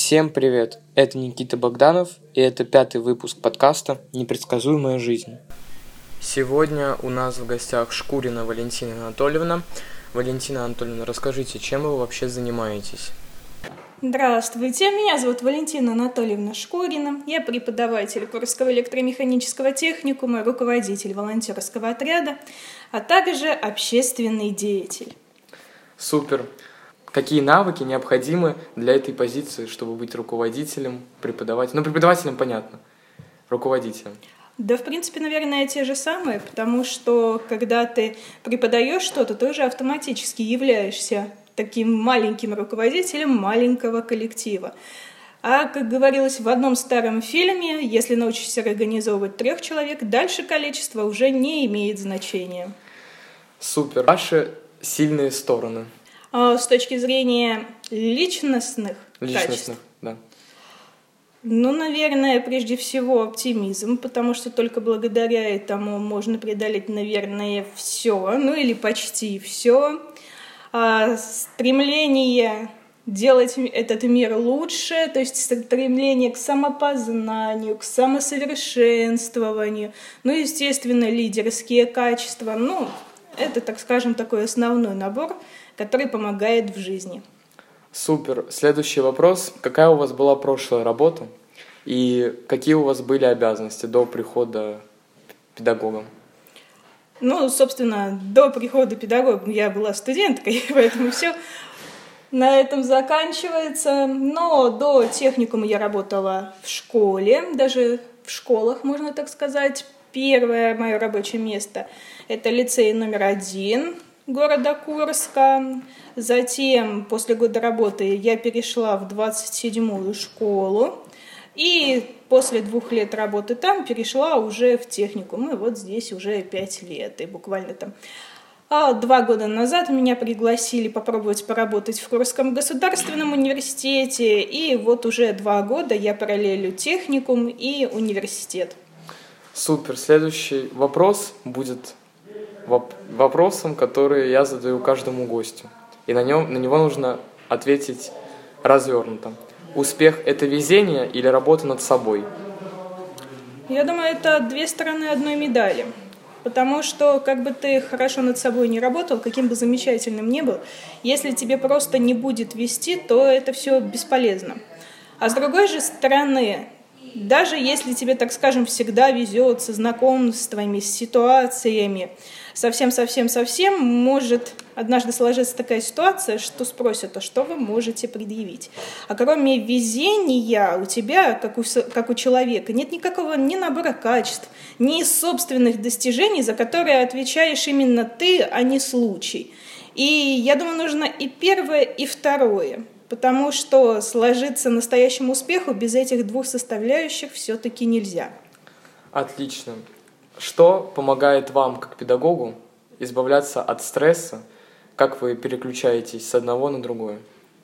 Всем привет! Это Никита Богданов, и это 5-й выпуск подкаста «Непредсказуемая жизнь». Сегодня у нас в гостях Шкурина Валентина Анатольевна. Валентина Анатольевна, расскажите, чем вы вообще занимаетесь? Здравствуйте, меня зовут Валентина Анатольевна Шкурина. Я преподаватель Курского электромеханического техникума, руководитель волонтерского отряда, а также общественный деятель. Супер! Какие навыки необходимы для этой позиции, чтобы быть руководителем, преподавателем? Преподавателем понятно, руководителем. Да, в принципе, наверное, те же самые, потому что, когда ты преподаешь что-то, ты уже автоматически являешься таким маленьким руководителем маленького коллектива. А, как говорилось в одном старом фильме, если научишься организовывать 3 человек, дальше количество уже не имеет значения. Супер. Ваши сильные стороны? С точки зрения личностных качеств? Да. Наверное, прежде всего оптимизм, потому что только благодаря этому можно преодолеть, наверное, все, или почти все. Стремление делать этот мир лучше, то есть стремление к самопознанию, к самосовершенствованию, естественно, лидерские качества. Это, так скажем, такой основной набор, который помогает в жизни. Супер. Следующий вопрос. Какая у вас была прошлая работа и какие у вас были обязанности до прихода педагогом? Собственно, до прихода педагога я была студенткой, поэтому все на этом заканчивается. Но до техникума я работала в школе, даже в школах, можно так сказать. Первое мое рабочее место – это лицей номер 1 города Курска. Затем, после года работы, я перешла в 27-ю школу. И после 2 лет работы там перешла уже в техникум. И вот здесь уже 5 лет. И буквально там 2 года назад меня пригласили попробовать поработать в Курском государственном университете. И вот уже 2 года я параллелю техникум и университет. Супер. Следующий вопрос будет вопросом, который я задаю каждому гостю. И на него нужно ответить развернуто. Успех – это везение или работа над собой? Я думаю, это 2 стороны одной медали. Потому что, как бы ты хорошо над собой не работал, каким бы замечательным ни был, если тебе просто не будет вести, то это все бесполезно. А с другой же стороны, даже если тебе, так скажем, всегда везет со знакомствами, с ситуациями, совсем может однажды сложиться такая ситуация, что спросят, а что вы можете предъявить? А кроме везения у тебя, как у человека, нет никакого ни набора качеств, ни собственных достижений, за которые отвечаешь именно ты, а не случай. И я думаю, нужно и первое, и второе. Потому что сложиться настоящему успеху без этих 2 составляющих все-таки нельзя. Отлично. Что помогает вам, как педагогу, избавляться от стресса? Как вы переключаетесь с одного на другое?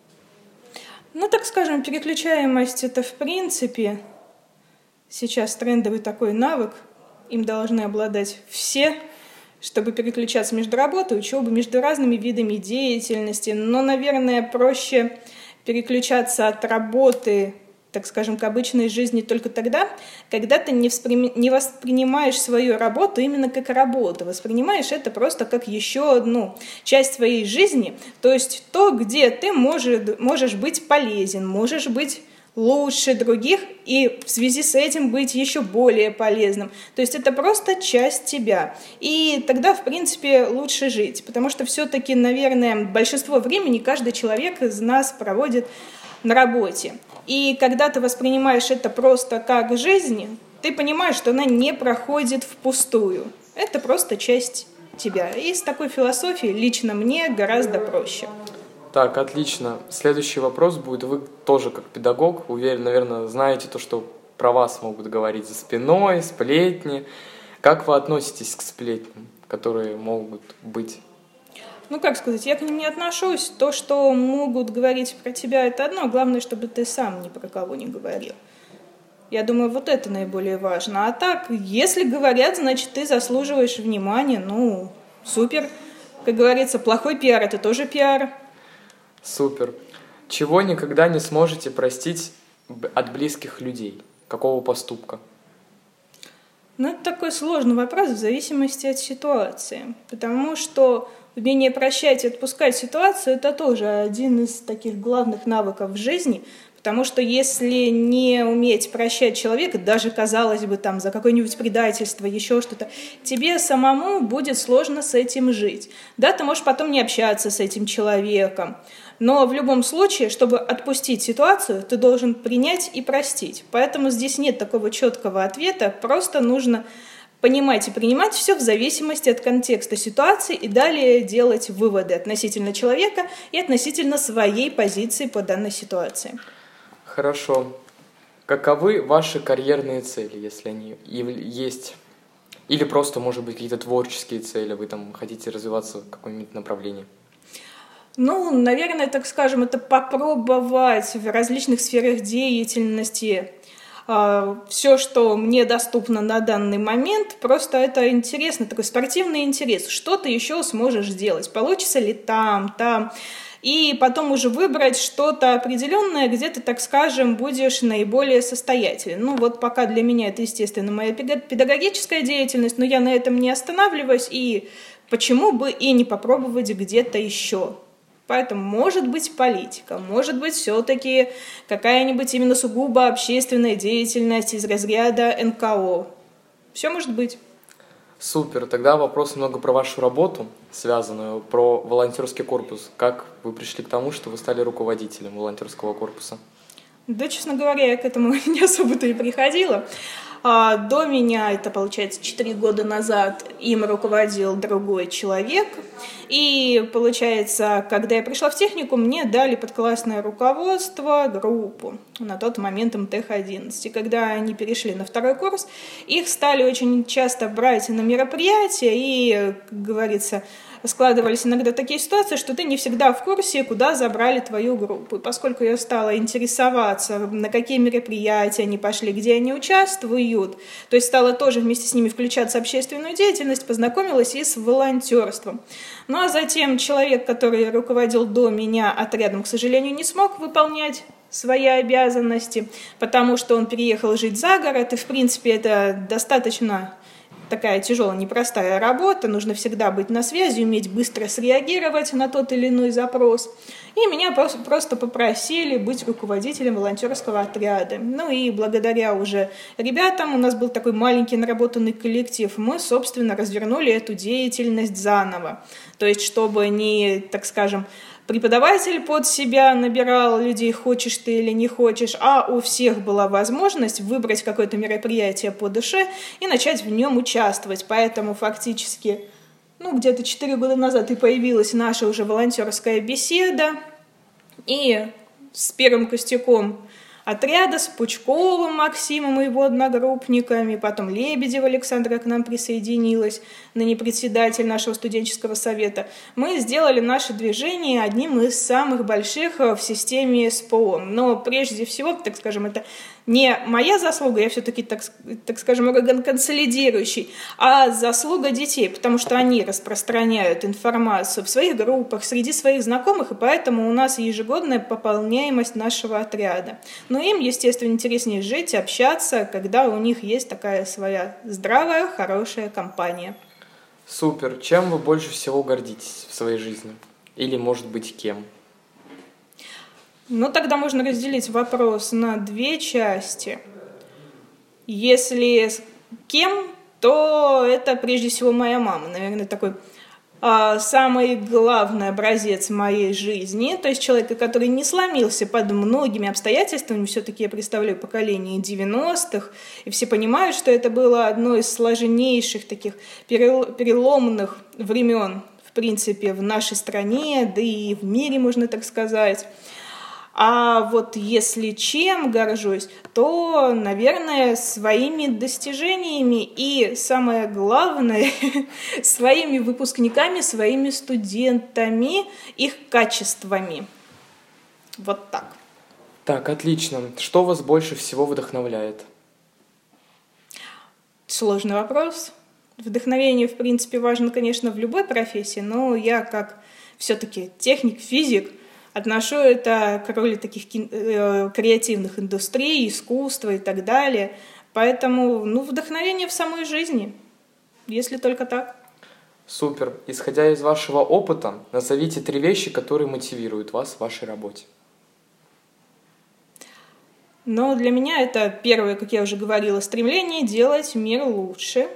Так скажем, переключаемость – это в принципе сейчас трендовый такой навык. Им должны обладать все, чтобы переключаться между работой, учебой, между разными видами деятельности. Но, наверное, проще переключаться от работы, так скажем, к обычной жизни только тогда, когда ты не воспринимаешь свою работу именно как работу, воспринимаешь это просто как еще одну часть своей жизни, то есть то, где ты можешь быть полезен, можешь быть лучше других и в связи с этим быть еще более полезным. То есть это просто часть тебя. И тогда, в принципе, лучше жить, потому что все-таки, наверное, большинство времени каждый человек из нас проводит на работе. И когда ты воспринимаешь это просто как жизнь, ты понимаешь, что она не проходит впустую. Это просто часть тебя. И с такой философией лично мне гораздо проще. Так, отлично. Следующий вопрос будет. Вы тоже как педагог, уверен, наверное, знаете то, что про вас могут говорить за спиной, сплетни. Как вы относитесь к сплетням, которые могут быть? Я к ним не отношусь. То, что могут говорить про тебя, это одно. Главное, чтобы ты сам ни про кого не говорил. Я думаю, вот это наиболее важно. А так, если говорят, значит, ты заслуживаешь внимания. Супер. Как говорится, плохой пиар – это тоже пиар. Супер. Чего никогда не сможете простить от близких людей? Какого поступка? Ну, это такой сложный вопрос в зависимости от ситуации, потому что умение прощать и отпускать ситуацию – это тоже один из таких главных навыков в жизни, потому что если не уметь прощать человека, даже, казалось бы, там, за какое-нибудь предательство, еще что-то, тебе самому будет сложно с этим жить. Да, ты можешь потом не общаться с этим человеком, но в любом случае, чтобы отпустить ситуацию, ты должен принять и простить. Поэтому здесь нет такого четкого ответа, просто нужно понимать и принимать все в зависимости от контекста ситуации и далее делать выводы относительно человека и относительно своей позиции по данной ситуации. Хорошо. Каковы ваши карьерные цели, если они есть? Или просто, может быть, какие-то творческие цели, вы там хотите развиваться в каком-нибудь направлении? Ну, наверное, так скажем, это попробовать в различных сферах деятельности все, что мне доступно на данный момент, просто это интересно, такой спортивный интерес. Что ты еще сможешь сделать? Получится ли там? И потом уже выбрать что-то определенное, где ты, так скажем, будешь наиболее состоятелен. Ну вот пока для меня это, естественно, моя педагогическая деятельность, но я на этом не останавливаюсь, и почему бы и не попробовать где-то еще. Поэтому может быть политика, может быть все-таки какая-нибудь именно сугубо общественная деятельность из разряда НКО. Все может быть. Супер. Тогда вопрос немного про вашу работу, связанную, про волонтерский корпус. Как вы пришли к тому, что вы стали руководителем волонтерского корпуса? Да, честно говоря, я к этому не особо-то и приходила. До меня, это получается 4 года назад, им руководил другой человек. И получается, когда я пришла в технику, мне дали подклассное руководство, группу, на тот момент МТХ-11. И когда они перешли на второй курс, их стали очень часто брать на мероприятия и, как говорится, складывались иногда такие ситуации, что ты не всегда в курсе, куда забрали твою группу. И поскольку я стала интересоваться, на какие мероприятия они пошли, где они участвуют, то есть стала тоже вместе с ними включаться в общественную деятельность, познакомилась и с волонтерством. Ну а затем человек, который руководил до меня отрядом, к сожалению, не смог выполнять свои обязанности, потому что он переехал жить за город, и в принципе это достаточно такая тяжелая, непростая работа, нужно всегда быть на связи, уметь быстро среагировать на тот или иной запрос. И меня просто попросили быть руководителем волонтерского отряда. Ну и благодаря уже ребятам, у нас был такой маленький наработанный коллектив, мы, собственно, развернули эту деятельность заново. То есть, чтобы не, так скажем, преподаватель под себя набирал людей, хочешь ты или не хочешь, а у всех была возможность выбрать какое-то мероприятие по душе и начать в нем участвовать. Поэтому фактически, где-то 4 года назад и появилась наша уже волонтерская беседа. И с первым костяком отряда, с Пучковым Максимом и его одногруппниками, потом Лебедева Александра к нам присоединилась, ныне председатель нашего студенческого совета. Мы сделали наше движение одним из самых больших в системе СПО. Но прежде всего, так скажем, это не моя заслуга, я все-таки, так скажем, орган консолидирующий, а заслуга детей, потому что они распространяют информацию в своих группах, среди своих знакомых, и поэтому у нас ежегодная пополняемость нашего отряда. Но им, естественно, интереснее жить, общаться, когда у них есть такая своя здравая, хорошая компания. Супер. Чем вы больше всего гордитесь в своей жизни? Или, может быть, кем? Тогда можно разделить вопрос на 2 части. Если кем, то это прежде всего моя мама. Наверное, такой самый главный образец моей жизни. То есть человека, который не сломился под многими обстоятельствами. Все-таки я представляю поколение 90-х. И все понимают, что это было одно из сложнейших таких переломных времен, в принципе, в нашей стране, да и в мире, можно так сказать. А вот если чем горжусь, то, наверное, своими достижениями и, самое главное, своими выпускниками, своими студентами, их качествами. Вот так. Так, отлично. Что вас больше всего вдохновляет? Сложный вопрос. Вдохновение, в принципе, важно, конечно, в любой профессии, но я как все-таки техник, физик, отношу это к роли таких креативных индустрий, искусства и так далее. Поэтому, вдохновение в самой жизни, если только так. Супер. Исходя из вашего опыта, назовите 3 вещи, которые мотивируют вас в вашей работе. Но для меня это первое, как я уже говорила, стремление делать мир лучше,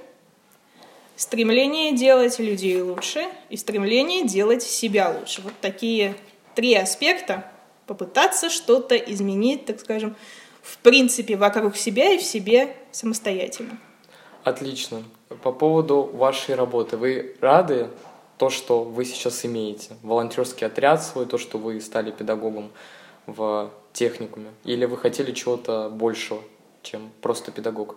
стремление делать людей лучше и стремление делать себя лучше. Вот такие 3 аспекта. Попытаться что-то изменить, так скажем, в принципе, вокруг себя и в себе самостоятельно. Отлично. По поводу вашей работы. Вы рады то, что вы сейчас имеете? Волонтерский отряд свой, то, что вы стали педагогом в техникуме? Или вы хотели чего-то большего, чем просто педагог?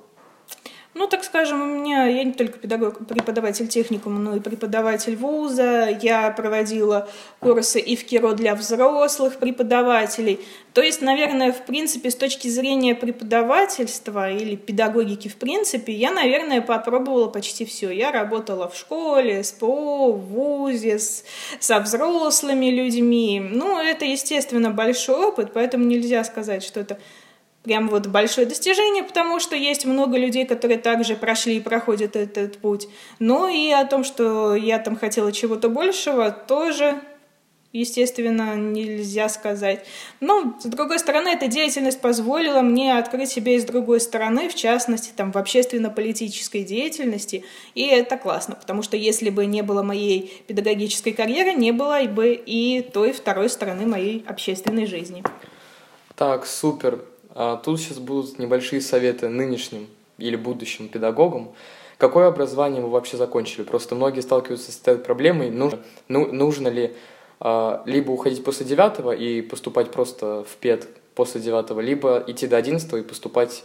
Так скажем, я не только преподаватель техникума, но и преподаватель вуза. Я проводила курсы и в КИРО для взрослых преподавателей. То есть, наверное, в принципе, с точки зрения преподавательства или педагогики в принципе, я, наверное, попробовала почти все. Я работала в школе, СПО, в вузе, со взрослыми людьми. Это, естественно, большой опыт, поэтому нельзя сказать, что это прям большое достижение, потому что есть много людей, которые также прошли и проходят этот путь. И о том, что я там хотела чего-то большего, тоже, естественно, нельзя сказать. Но, с другой стороны, эта деятельность позволила мне открыть себя и с другой стороны, в частности, в общественно-политической деятельности. И это классно, потому что если бы не было моей педагогической карьеры, не было бы и той второй стороны моей общественной жизни. Так, супер. Тут сейчас будут небольшие советы нынешним или будущим педагогам. Какое образование вы вообще закончили? Просто многие сталкиваются с этой проблемой. Нужно ли либо уходить после 9 и поступать просто в пед после 9, либо идти до 11 и поступать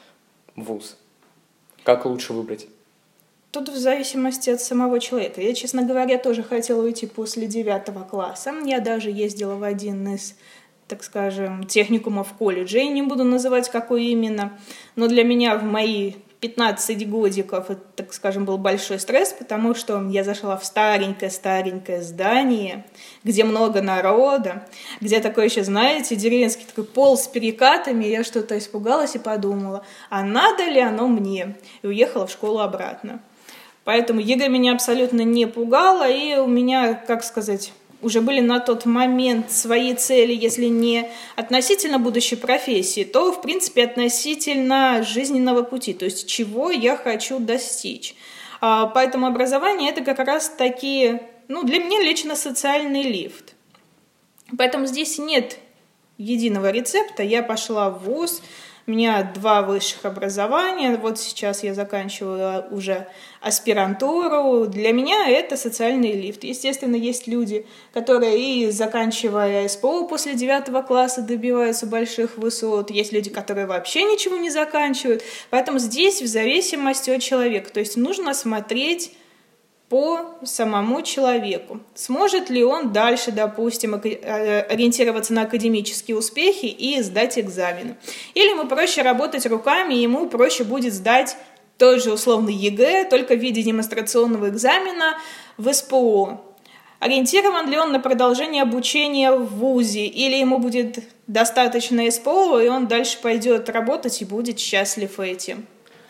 в вуз? Как лучше выбрать? Тут в зависимости от самого человека. Я, честно говоря, тоже хотела уйти после 9 класса. Я даже ездила в один из, так скажем, техникумов колледжа. Я не буду называть, какой именно. Но для меня в мои 15 годиков это, так скажем, был большой стресс, потому что я зашла в старенькое здание, где много народа, где такой еще, знаете, деревенский такой пол с перекатами. Я что-то испугалась и подумала, а надо ли оно мне? И уехала в школу обратно. Поэтому ЕГЭ меня абсолютно не пугало, и у меня, как сказать, уже были на тот момент свои цели, если не относительно будущей профессии, то, в принципе, относительно жизненного пути, то есть чего я хочу достичь. Поэтому образование – это как раз-таки, для меня лично социальный лифт. Поэтому здесь нет единого рецепта. Я пошла в вуз, у меня 2 высших образования, вот сейчас я заканчиваю уже аспирантуру. Для меня это социальный лифт. Естественно, есть люди, которые и заканчивая СПО после 9 класса добиваются больших высот, есть люди, которые вообще ничего не заканчивают, поэтому здесь в зависимости от человека, то есть нужно смотреть по самому человеку. Сможет ли он дальше, допустим, ориентироваться на академические успехи и сдать экзамены? Или ему проще работать руками, и ему проще будет сдать тот же условный ЕГЭ, только в виде демонстрационного экзамена в СПО? Ориентирован ли он на продолжение обучения в вузе, или ему будет достаточно СПО, и он дальше пойдет работать и будет счастлив этим?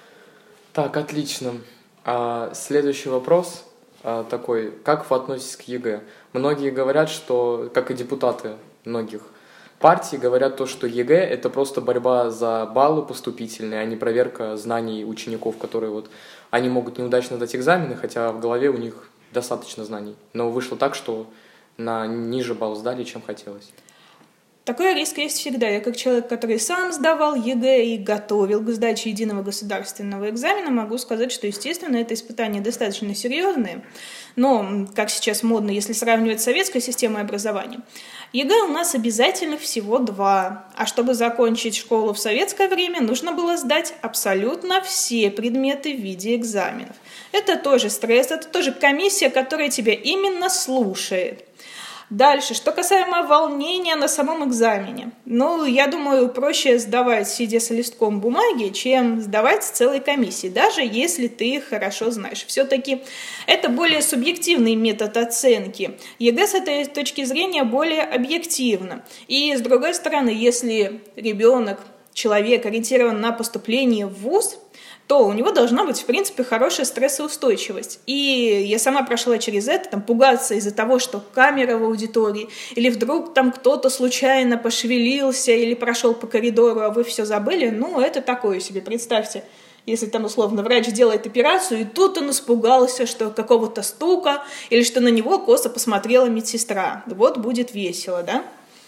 Так, отлично. Следующий вопрос такой. Как вы относитесь к ЕГЭ? Многие говорят, что, как и депутаты многих партий, говорят то, что ЕГЭ – это просто борьба за баллы поступительные, а не проверка знаний учеников, которые они могут неудачно сдать экзамены, хотя в голове у них достаточно знаний. Но вышло так, что на ниже балл сдали, чем хотелось. Такой риск есть всегда. Я как человек, который сам сдавал ЕГЭ и готовил к сдаче единого государственного экзамена, могу сказать, что, естественно, это испытания достаточно серьезные. Но, как сейчас модно, если сравнивать с советской системой образования, ЕГЭ у нас обязательно всего 2. А чтобы закончить школу в советское время, нужно было сдать абсолютно все предметы в виде экзаменов. Это тоже стресс, это тоже комиссия, которая тебя именно слушает. Дальше, что касаемо волнения на самом экзамене. Ну, я думаю, проще сдавать, сидя с листком бумаги, чем сдавать с целой комиссией, даже если ты хорошо знаешь. Все-таки это более субъективный метод оценки. ЕГЭ с этой точки зрения более объективно. И, с другой стороны, если ребенок, человек ориентирован на поступление в вуз, то у него должна быть, в принципе, хорошая стрессоустойчивость. И я сама прошла через это, там, пугаться из-за того, что камера в аудитории, или вдруг там кто-то случайно пошевелился или прошел по коридору, а вы все забыли, ну, это такое себе, представьте. Если там, условно, врач делает операцию, и тут он испугался, что какого-то стука, или что на него косо посмотрела медсестра. Вот будет весело, да?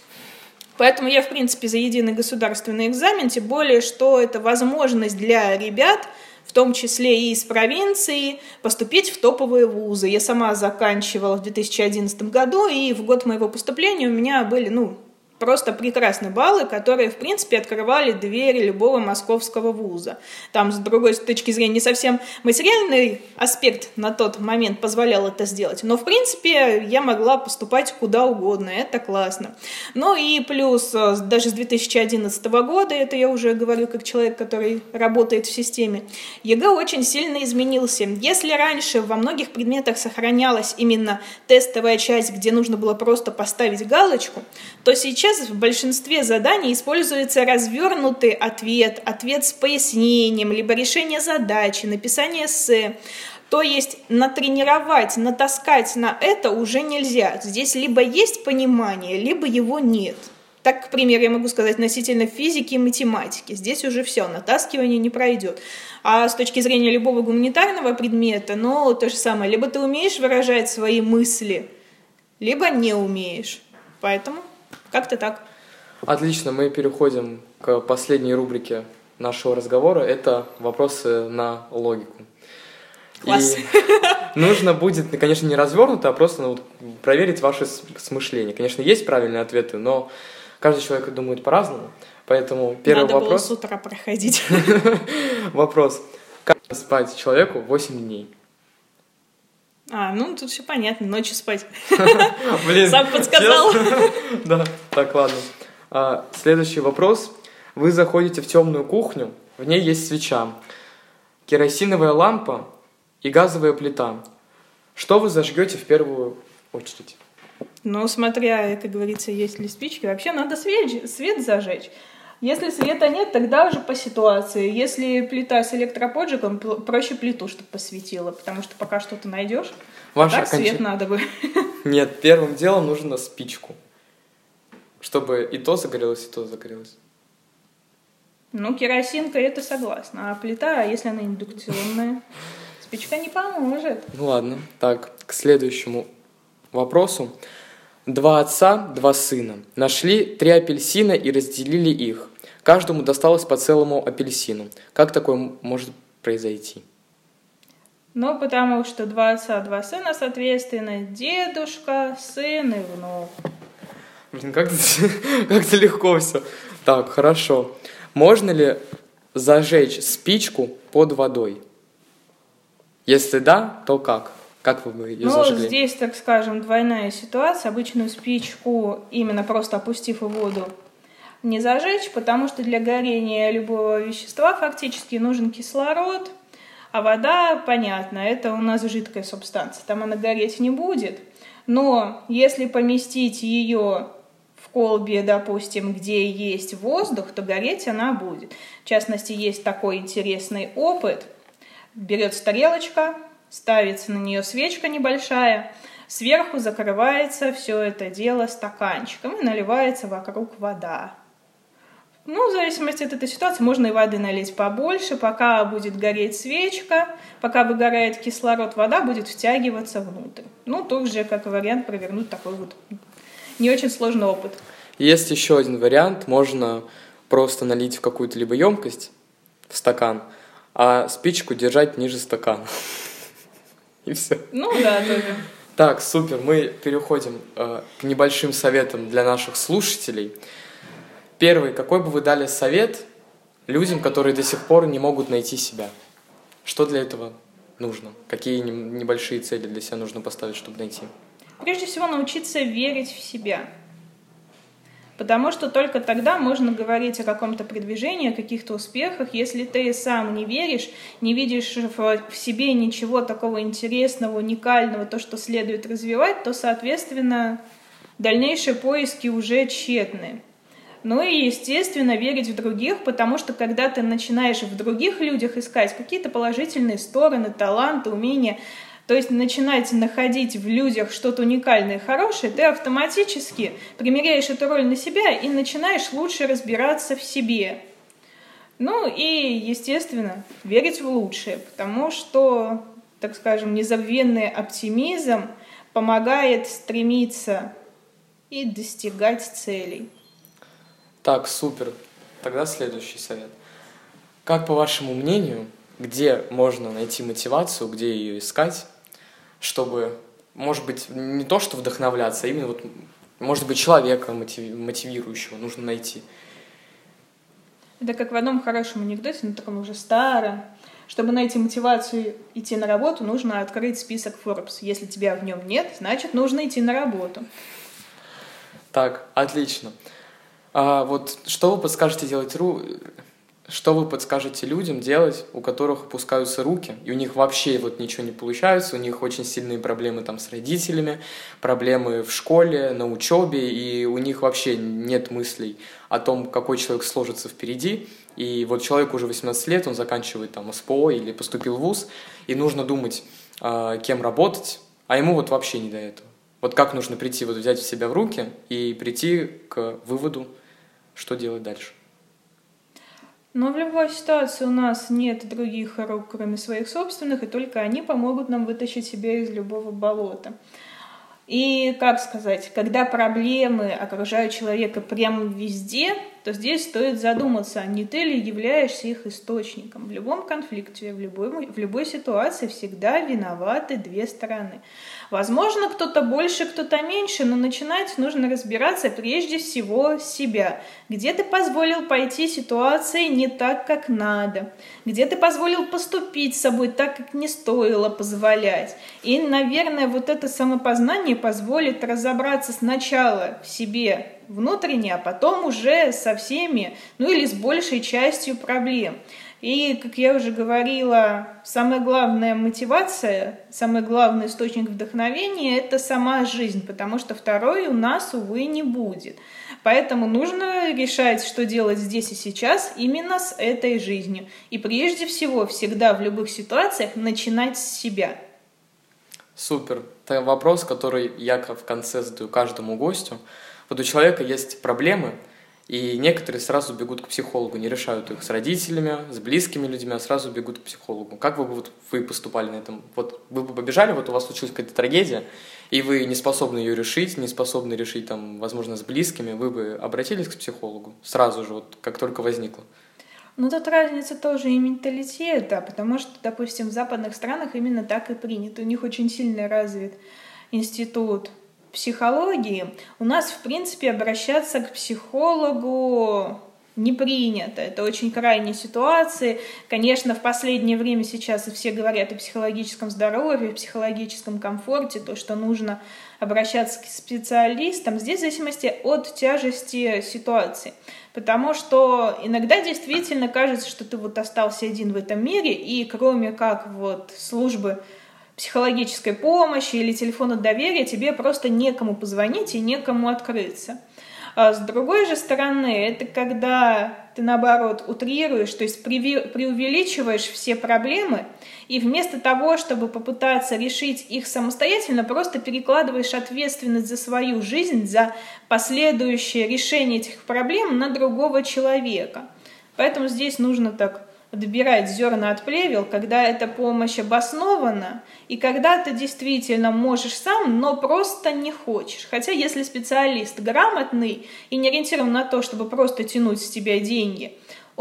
Поэтому я, в принципе, за единый государственный экзамен, тем более, что это возможность для ребят, в том числе и из провинции, поступить в топовые вузы. Я сама заканчивала в 2011 году, и в год моего поступления у меня были, просто прекрасные баллы, которые, в принципе, открывали двери любого московского вуза. Там, с другой точки зрения, не совсем материальный аспект на тот момент позволял это сделать, но, в принципе, я могла поступать куда угодно, это классно. Ну и плюс, даже с 2011 года, это я уже говорю как человек, который работает в системе, ЕГЭ очень сильно изменился. Если раньше во многих предметах сохранялась именно тестовая часть, где нужно было просто поставить галочку, то сейчас в большинстве заданий используется развернутый ответ с пояснением, либо решение задачи, написание эссе. То есть натренировать, натаскать на это уже нельзя. Здесь либо есть понимание, либо его нет. Так, к примеру, я могу сказать относительно физики и математики. Здесь уже все, натаскивание не пройдет. А с точки зрения любого гуманитарного предмета, то же самое. Либо ты умеешь выражать свои мысли, либо не умеешь. Поэтому как-то так. Отлично, мы переходим к последней рубрике нашего разговора. Это вопросы на логику. Класс. И нужно будет, конечно, не развернуто, а просто проверить ваше смышление. Конечно, есть правильные ответы, но каждый человек думает по-разному. Поэтому первый вопрос... Надо было с утра проходить. Вопрос. Как спать человеку 8 дней? Тут все понятно, ночью спать. Блин, сам подсказал. Да, так, ладно. Следующий вопрос. Вы заходите в темную кухню, в ней есть свеча, керосиновая лампа и газовая плита. Что вы зажгете в первую очередь? Смотря, как говорится, есть ли спички, вообще надо свет зажечь. Если света нет, тогда уже по ситуации. Если плита с электроподжигом, проще плиту, чтобы посветила, потому что пока что-то найдешь, свет надо бы. Нет, первым делом нужно спичку, чтобы и то загорелось, и то загорелось. Керосинка, это согласна. А плита, если она индукционная, спичка не поможет. Ладно. Так, к следующему вопросу. 2 отца, 2 сына. Нашли 3 апельсина и разделили их. Каждому досталось по целому апельсину. Как такое может произойти? Потому что 2 отца, 2 сына, соответственно, дедушка, сын и внук. Блин, как-то легко все. Так, хорошо. Можно ли зажечь спичку под водой? Если да, то как? Как вы бы ее зажгли? Здесь, так скажем, двойная ситуация. Обычную спичку, именно просто опустив в воду, не зажечь, потому что для горения любого вещества фактически нужен кислород, а вода, понятно, это у нас жидкая субстанция, там она гореть не будет. Но если поместить ее в колбе, допустим, где есть воздух, то гореть она будет. В частности, есть такой интересный опыт. Берется тарелочка, ставится на нее свечка небольшая, сверху закрывается все это дело стаканчиком и наливается вокруг вода. В зависимости от этой ситуации можно и воды налить побольше, пока будет гореть свечка, пока выгорает кислород, вода будет втягиваться внутрь. Тоже как вариант провернуть такой не очень сложный опыт. Есть еще один вариант. Можно просто налить в какую-то либо емкость, в стакан, а спичку держать ниже стакана. И все. Да, тоже. Так, супер. Мы переходим к небольшим советам для наших слушателей. Первый. Какой бы вы дали совет людям, которые до сих пор не могут найти себя? Что для этого нужно? Какие небольшие цели для себя нужно поставить, чтобы найти? Прежде всего научиться верить в себя. Потому что только тогда можно говорить о каком-то продвижении, о каких-то успехах. Если ты сам не веришь, не видишь в себе ничего такого интересного, уникального, то, что следует развивать, то, соответственно, дальнейшие поиски уже тщетны. Ну и, естественно, верить в других, потому что когда ты начинаешь в других людях искать какие-то положительные стороны, таланты, умения, то есть начинать находить в людях что-то уникальное и хорошее, ты автоматически примеряешь эту роль на себя и начинаешь лучше разбираться в себе. Ну и, естественно, верить в лучшее, потому что, так скажем, незабвенный оптимизм помогает стремиться и достигать целей. Так, супер. Тогда следующий совет. Как, по вашему мнению, где можно найти мотивацию, где ее искать, чтобы, может быть, не то, что вдохновляться, а именно, вот, может быть, человека мотивирующего нужно найти? Это как в одном хорошем анекдоте, но таком уже старом. Чтобы найти мотивацию идти на работу, нужно открыть список Forbes. Если тебя в нем нет, значит, нужно идти на работу. Так, отлично. А вот что вы подскажете что вы подскажете людям делать, у которых опускаются руки, и у них вообще вот ничего не получается, у них очень сильные проблемы там с родителями, проблемы в школе, на учебе, и у них вообще нет мыслей о том, какой человек сложится впереди, и вот человеку уже 18 лет, он заканчивает там СПО или поступил в вуз, и нужно думать, кем работать, а ему вот вообще не до этого. Вот как нужно прийти, вот взять себя в руки и прийти к выводу, что делать дальше? Но в любой ситуации у нас нет других рук, кроме своих собственных, и только они помогут нам вытащить себя из любого болота. И, как сказать, когда проблемы окружают человека прямо везде, то здесь стоит задуматься, не ты ли являешься их источником. В любом конфликте, в любой ситуации всегда виноваты две стороны. Возможно, кто-то больше, кто-то меньше, но начинать нужно разбираться прежде всего с себя. Где ты позволил пойти ситуации не так, как надо? Где ты позволил поступить с собой так, как не стоило позволять? И, наверное, вот это самопознание позволит разобраться сначала в себе внутренне, а потом уже со всеми, ну или с большей частью проблем. И, как я уже говорила, самая главная мотивация, самый главный источник вдохновения – это сама жизнь, потому что второй у нас, увы, не будет. Поэтому нужно решать, что делать здесь и сейчас именно с этой жизнью. И прежде всего, всегда в любых ситуациях начинать с себя. Супер. Это вопрос, который я в конце задаю каждому гостю. Вот у человека есть проблемы, и некоторые сразу бегут к психологу, не решают их с родителями, с близкими людьми, а сразу бегут к психологу. Как вы поступали на этом? Вот вы бы побежали, вот у вас случилась какая-то трагедия, и вы не способны ее решить, не способны решить, там, возможно, с близкими, вы бы обратились к психологу сразу же, вот как только возникло? Ну, тут разница тоже и менталитета, потому что, допустим, в западных странах именно так и принято. У них очень сильно развит институт психологии. У нас, в принципе, обращаться к психологу не принято. Это очень крайние ситуации. Конечно, в последнее время сейчас все говорят о психологическом здоровье, о психологическом комфорте, то, что нужно обращаться к специалистам. Здесь в зависимости от тяжести ситуации. Потому что иногда действительно кажется, что ты вот остался один в этом мире, и кроме как вот службы психологической помощи или телефона доверия, тебе просто некому позвонить и некому открыться. А с другой же стороны, это когда ты, наоборот, утрируешь, то есть преувеличиваешь все проблемы, и вместо того, чтобы попытаться решить их самостоятельно, просто перекладываешь ответственность за свою жизнь, за последующее решение этих проблем на другого человека. Поэтому здесь нужно так отбирать зерна от плевел, когда эта помощь обоснована, и когда ты действительно можешь сам, но просто не хочешь. Хотя если специалист грамотный и не ориентирован на то, чтобы просто тянуть с тебя деньги,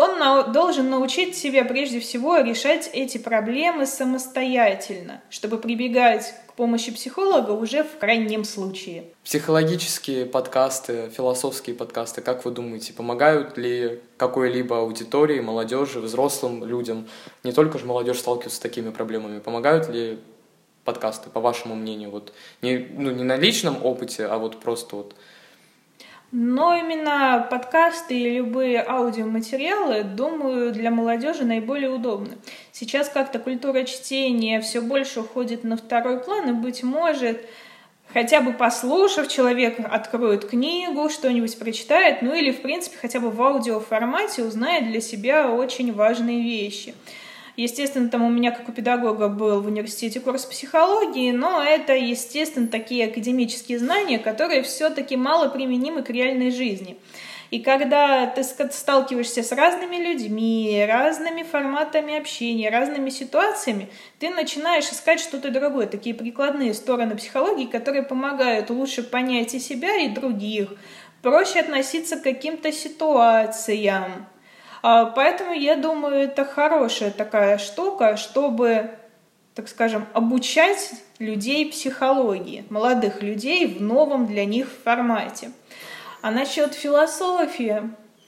он должен научить себя прежде всего решать эти проблемы самостоятельно, чтобы прибегать к помощи психолога уже в крайнем случае. Психологические подкасты, философские подкасты, как вы думаете, помогают ли какой-либо аудитории, молодежи, взрослым людям, не только же молодежь сталкивается с такими проблемами, помогают ли подкасты, по вашему мнению? Вот не на личном опыте, а вот просто вот. Но именно подкасты и любые аудиоматериалы, думаю, для молодежи наиболее удобны. Сейчас как-то культура чтения все больше уходит на второй план, и, быть может, хотя бы послушав, человек откроет книгу, что-нибудь прочитает, ну или, в принципе, хотя бы в аудиоформате узнает для себя очень важные вещи. Естественно, там у меня, как у педагога, был в университете курс психологии, но это, естественно, такие академические знания, которые все-таки мало применимы к реальной жизни. И когда ты сталкиваешься с разными людьми, разными форматами общения, разными ситуациями, ты начинаешь искать что-то другое, такие прикладные стороны психологии, которые помогают лучше понять и себя, и других, проще относиться к каким-то ситуациям. Поэтому, я думаю, это хорошая такая штука, чтобы, так скажем, обучать людей психологии, молодых людей в новом для них формате. А насчет философии,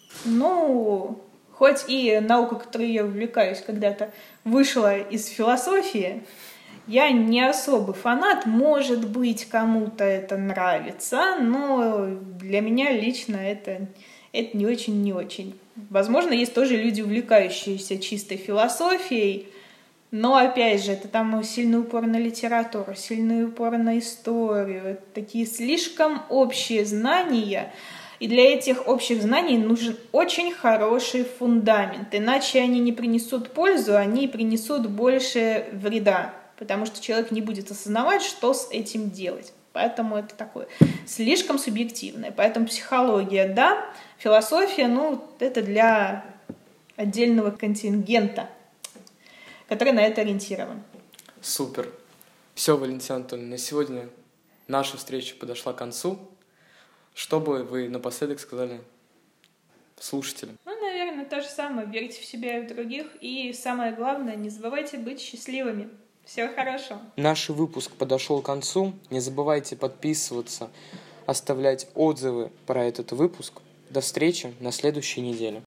хоть и наука, которой я увлекаюсь, когда-то вышла из философии, я не особый фанат, может быть, кому-то это нравится, но для меня лично это не очень. Возможно, есть тоже люди, увлекающиеся чистой философией, но, опять же, это там сильный упор на литературу, сильный упор на историю. Это такие слишком общие знания, и для этих общих знаний нужен очень хороший фундамент, иначе они не принесут пользу, они принесут больше вреда, потому что человек не будет осознавать, что с этим делать. Поэтому это такое слишком субъективное. Поэтому психология, да, философия, это для отдельного контингента, который на это ориентирован. Супер. Все, Валентина Анатольевна, на сегодня наша встреча подошла к концу. Что бы вы напоследок сказали слушателям? Наверное, то же самое. Верьте в себя и в других. И самое главное, не забывайте быть счастливыми. Всего хорошего. Наш выпуск подошел к концу. Не забывайте подписываться, оставлять отзывы про этот выпуск. До встречи на следующей неделе.